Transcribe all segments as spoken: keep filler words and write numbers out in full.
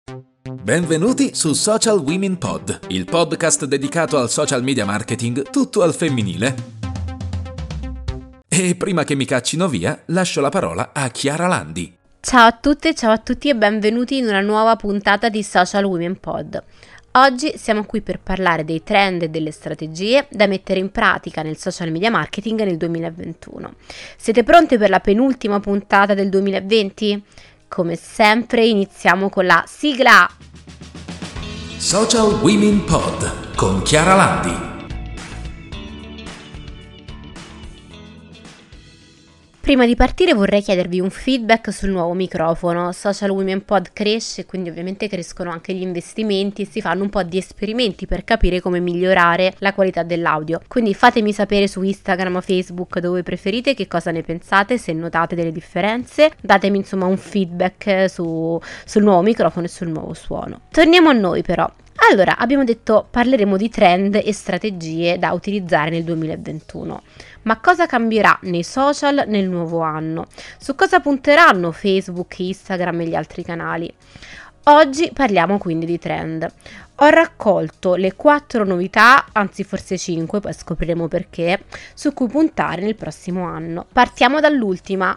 Benvenuti su Social Women Pod, il podcast dedicato al social media marketing tutto al femminile. E prima che mi caccino via, lascio la parola a Chiara Landi. Ciao a tutte, ciao a tutti e benvenuti in una nuova puntata di Social Women Pod. Oggi siamo qui per parlare dei trend e delle strategie da mettere in pratica nel social media marketing nel duemilaventuno. Siete pronti per la penultima puntata del duemilaventi? Come sempre iniziamo con la sigla! Social Women Pod con Chiara Landi. Prima di partire vorrei chiedervi un feedback sul nuovo microfono. Social Women Pod cresce, quindi ovviamente crescono anche gli investimenti e si fanno un po' di esperimenti per capire come migliorare la qualità dell'audio. Quindi fatemi sapere su Instagram o Facebook dove preferite, che cosa ne pensate, se notate delle differenze. Datemi insomma un feedback su, sul nuovo microfono e sul nuovo suono. Torniamo a noi però. Allora, abbiamo detto parleremo di trend e strategie da utilizzare nel duemilaventuno. Ma cosa cambierà nei social nel nuovo anno? Su cosa punteranno Facebook, Instagram e gli altri canali? Oggi parliamo quindi di trend. Ho raccolto le quattro novità, anzi forse cinque, poi scopriremo perché, su cui puntare nel prossimo anno. Partiamo dall'ultima.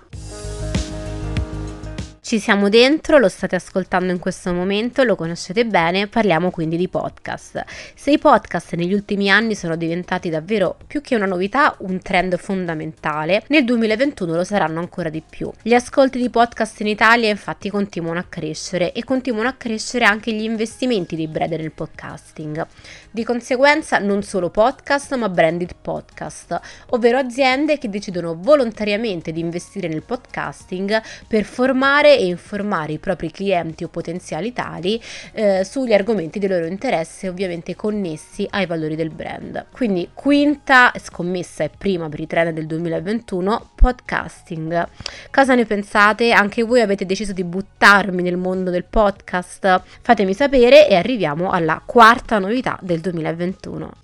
Ci siamo dentro, lo state ascoltando in questo momento, lo conoscete bene, parliamo quindi di podcast. Se i podcast negli ultimi anni sono diventati davvero più che una novità, un trend fondamentale, nel duemilaventuno lo saranno ancora di più. Gli ascolti di podcast in Italia infatti continuano a crescere e continuano a crescere anche gli investimenti dei brand nel podcasting. Di conseguenza non solo podcast ma branded podcast, ovvero aziende che decidono volontariamente di investire nel podcasting per formare e informare i propri clienti o potenziali tali eh, sugli argomenti di loro interesse, ovviamente connessi ai valori del brand. Quindi quinta scommessa e prima per i trend del duemilaventuno, podcasting. Cosa ne pensate? Anche voi avete deciso di buttarmi nel mondo del podcast? Fatemi sapere e arriviamo alla quarta novità del duemilaventuno.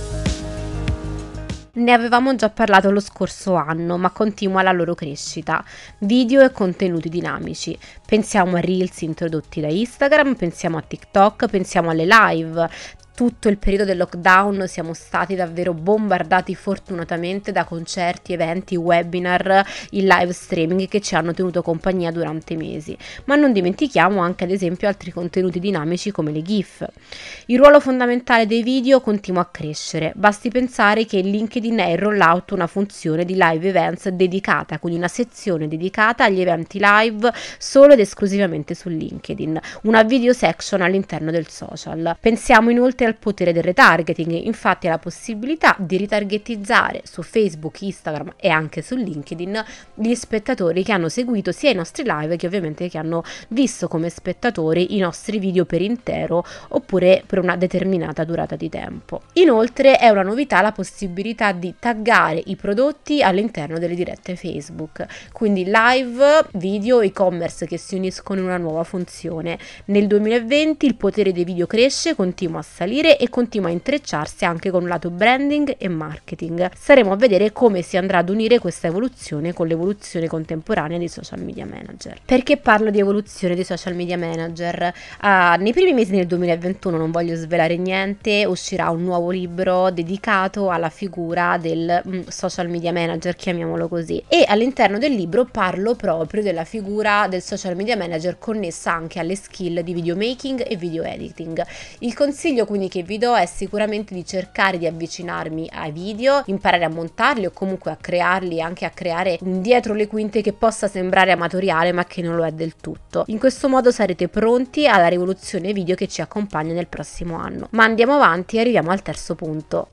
Ne avevamo già parlato lo scorso anno, ma continua la loro crescita. Video e contenuti dinamici. Pensiamo a Reels introdotti da Instagram, pensiamo a TikTok, pensiamo alle live. Tutto il periodo del lockdown siamo stati davvero bombardati fortunatamente da concerti, eventi, webinar, il live streaming che ci hanno tenuto compagnia durante mesi. Ma non dimentichiamo anche ad esempio altri contenuti dinamici come le GIF. Il ruolo fondamentale dei video continua a crescere. Basti pensare che LinkedIn ha in rollout una funzione di live events dedicata, quindi una sezione dedicata agli eventi live solo ed esclusivamente su LinkedIn, una video section all'interno del social. Pensiamo inoltre al potere del retargeting, infatti alla possibilità di ritargetizzare su Facebook, Instagram e anche su LinkedIn gli spettatori che hanno seguito sia i nostri live che ovviamente che hanno visto come spettatori i nostri video per intero oppure per una determinata durata di tempo. Inoltre è una novità la possibilità di taggare i prodotti all'interno delle dirette Facebook, quindi live, video, e-commerce che si uniscono in una nuova funzione. Nel duemilaventi il potere dei video cresce, continua a salire e continua a intrecciarsi anche con un lato branding e marketing. Staremo a vedere come si andrà ad unire questa evoluzione con l'evoluzione contemporanea dei social media manager. Perché parlo di evoluzione dei social media manager? Uh, nei primi mesi del duemilaventuno, non voglio svelare niente, uscirà un nuovo libro dedicato alla figura del mm, social media manager, chiamiamolo così, e all'interno del libro parlo proprio della figura del social media manager connessa anche alle skill di videomaking e video editing. Il consiglio quindi che vi do è sicuramente di cercare di avvicinarmi ai video, imparare a montarli o comunque a crearli, anche a creare dietro le quinte che possa sembrare amatoriale ma che non lo è del tutto. In questo modo sarete pronti alla rivoluzione video che ci accompagna nel prossimo anno. Ma andiamo avanti e arriviamo al terzo punto.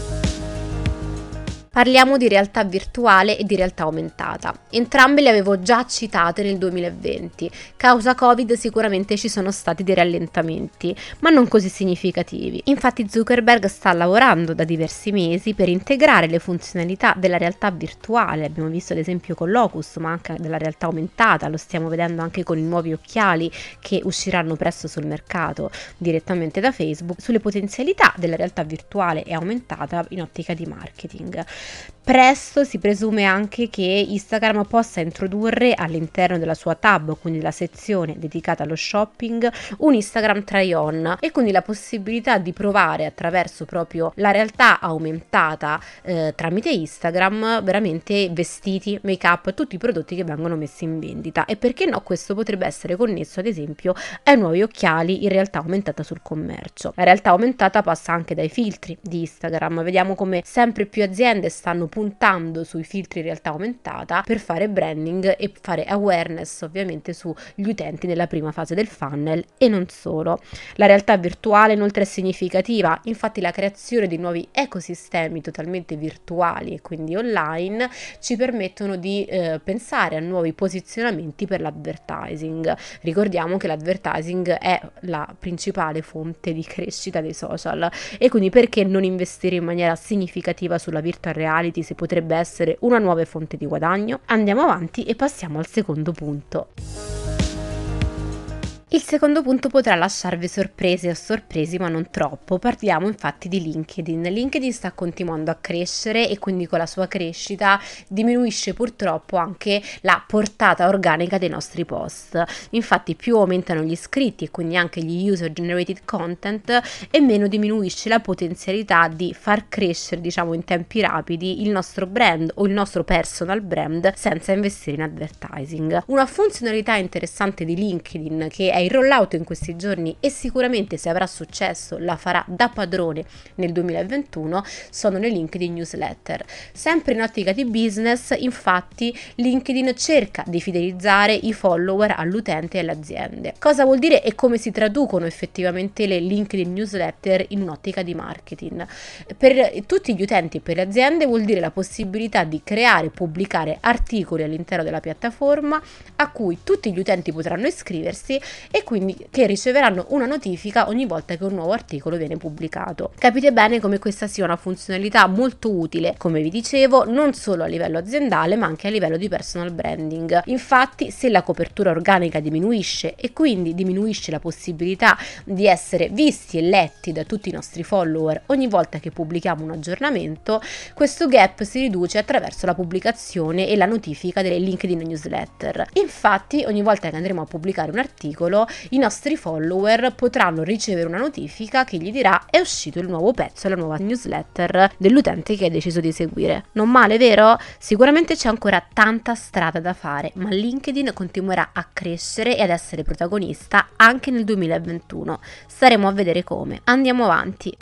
Parliamo di realtà virtuale e di realtà aumentata. Entrambe le avevo già citate nel duemilaventi. Causa Covid sicuramente ci sono stati dei rallentamenti, ma non così significativi. Infatti Zuckerberg sta lavorando da diversi mesi per integrare le funzionalità della realtà virtuale. Abbiamo visto ad esempio con l'Oculus, ma anche della realtà aumentata. Lo stiamo vedendo anche con i nuovi occhiali che usciranno presto sul mercato direttamente da Facebook, sulle potenzialità della realtà virtuale e aumentata in ottica di marketing. Presto si presume anche che Instagram possa introdurre all'interno della sua tab, quindi la sezione dedicata allo shopping, un Instagram try-on e quindi la possibilità di provare attraverso proprio la realtà aumentata eh, tramite Instagram veramente vestiti, make up, tutti i prodotti che vengono messi in vendita. E perché no, questo potrebbe essere connesso ad esempio ai nuovi occhiali in realtà aumentata sul commercio. La realtà aumentata passa anche dai filtri di Instagram, vediamo come sempre più aziende stanno puntando sui filtri in realtà aumentata per fare branding e fare awareness ovviamente sugli utenti nella prima fase del funnel e non solo. La realtà virtuale inoltre è significativa, infatti la creazione di nuovi ecosistemi totalmente virtuali e quindi online ci permettono di eh, pensare a nuovi posizionamenti per l'advertising. Ricordiamo che l'advertising è la principale fonte di crescita dei social e quindi perché non investire in maniera significativa sulla virtual reality se potrebbe essere una nuova fonte di guadagno? Andiamo avanti e passiamo al secondo punto. Il secondo punto potrà lasciarvi sorprese o sorpresi, ma non troppo. Parliamo infatti di LinkedIn. LinkedIn sta continuando a crescere e quindi con la sua crescita diminuisce purtroppo anche la portata organica dei nostri post. Infatti più aumentano gli iscritti e quindi anche gli user generated content e meno diminuisce la potenzialità di far crescere, diciamo, in tempi rapidi il nostro brand o il nostro personal brand senza investire in advertising. Una funzionalità interessante di LinkedIn che è il rollout in questi giorni e sicuramente se avrà successo la farà da padrone nel duemilaventuno sono le LinkedIn newsletter. Sempre in ottica di business, infatti LinkedIn cerca di fidelizzare i follower all'utente e alle aziende. Cosa vuol dire e come si traducono effettivamente le LinkedIn newsletter in un'ottica di marketing? Per tutti gli utenti e per le aziende vuol dire la possibilità di creare e pubblicare articoli all'interno della piattaforma a cui tutti gli utenti potranno iscriversi e quindi che riceveranno una notifica ogni volta che un nuovo articolo viene pubblicato. Capite bene come questa sia una funzionalità molto utile, come vi dicevo, non solo a livello aziendale ma anche a livello di personal branding. Infatti, se la copertura organica diminuisce e quindi diminuisce la possibilità di essere visti e letti da tutti i nostri follower ogni volta che pubblichiamo un aggiornamento, questo gap si riduce attraverso la pubblicazione e la notifica delle LinkedIn newsletter. Infatti, ogni volta che andremo a pubblicare un articolo, i nostri follower potranno ricevere una notifica che gli dirà è uscito il nuovo pezzo, la nuova newsletter dell'utente che hai deciso di seguire. Non male, vero? Sicuramente c'è ancora tanta strada da fare, ma LinkedIn continuerà a crescere e ad essere protagonista anche nel duemilaventuno. Staremo a vedere come. Andiamo avanti.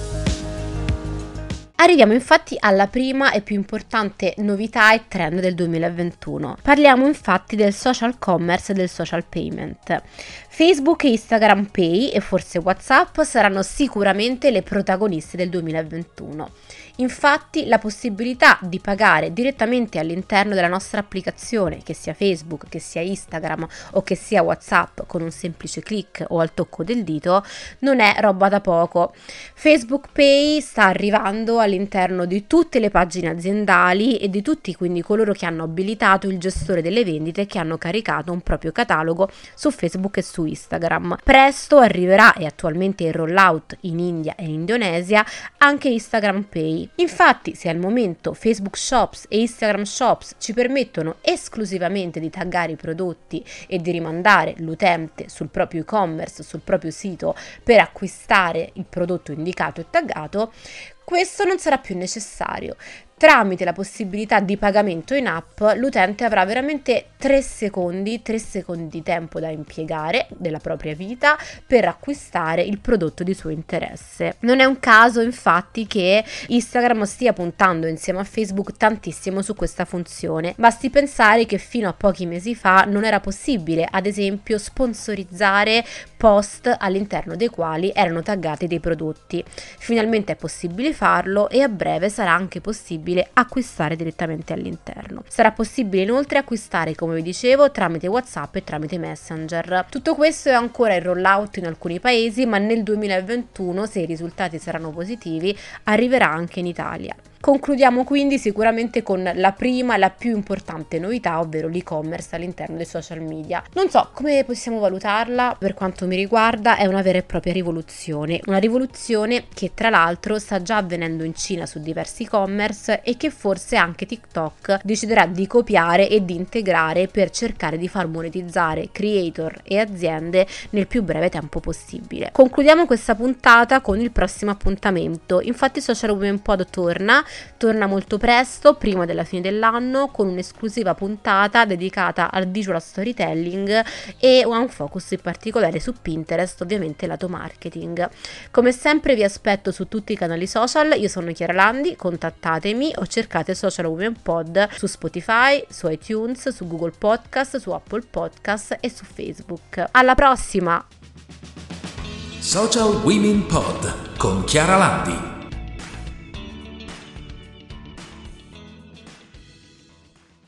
Arriviamo infatti alla prima e più importante novità e trend del duemilaventuno. Parliamo infatti del social commerce e del social payment. Facebook e Instagram Pay e forse WhatsApp saranno sicuramente le protagoniste del duemilaventuno. Infatti la possibilità di pagare direttamente all'interno della nostra applicazione, che sia Facebook, che sia Instagram o che sia WhatsApp, con un semplice click o al tocco del dito, non è roba da poco. Facebook Pay sta arrivando all'interno di tutte le pagine aziendali e di tutti quindi coloro che hanno abilitato il gestore delle vendite e che hanno caricato un proprio catalogo su Facebook e su Instagram. Presto arriverà, e attualmente in rollout in India e in Indonesia, anche Instagram Pay. Infatti, se al momento Facebook Shops e Instagram Shops ci permettono esclusivamente di taggare i prodotti e di rimandare l'utente sul proprio e-commerce, sul proprio sito per acquistare il prodotto indicato e taggato, questo non sarà più necessario. Tramite la possibilità di pagamento in app, l'utente avrà veramente tre secondi, tre secondi di tempo da impiegare della propria vita per acquistare il prodotto di suo interesse. Non è un caso infatti che Instagram stia puntando insieme a Facebook tantissimo su questa funzione. Basti pensare che fino a pochi mesi fa non era possibile, ad esempio, sponsorizzare post all'interno dei quali erano taggati dei prodotti. Finalmente è possibile farlo e a breve sarà anche possibile acquistare direttamente all'interno. Sarà possibile inoltre acquistare, come vi dicevo, tramite WhatsApp e tramite Messenger. Tutto questo è ancora in rollout in alcuni paesi, ma nel duemilaventuno, se i risultati saranno positivi, arriverà anche in Italia. Concludiamo quindi sicuramente con la prima e la più importante novità, ovvero l'e-commerce all'interno dei social media. Non so come possiamo valutarla, per quanto mi riguarda è una vera e propria rivoluzione, una rivoluzione che tra l'altro sta già avvenendo in Cina su diversi e-commerce e che forse anche TikTok deciderà di copiare e di integrare per cercare di far monetizzare creator e aziende nel più breve tempo possibile. Concludiamo questa puntata con il prossimo appuntamento. Infatti Social Women Pod torna torna molto presto, prima della fine dell'anno, con un'esclusiva puntata dedicata al visual storytelling e un focus in particolare su Pinterest, ovviamente lato marketing. Come sempre vi aspetto su tutti i canali social. Io sono Chiara Landi, contattatemi o cercate Social Women Pod su Spotify, su iTunes, su Google Podcast, su Apple Podcast e su Facebook. Alla prossima! Social Women Pod con Chiara Landi.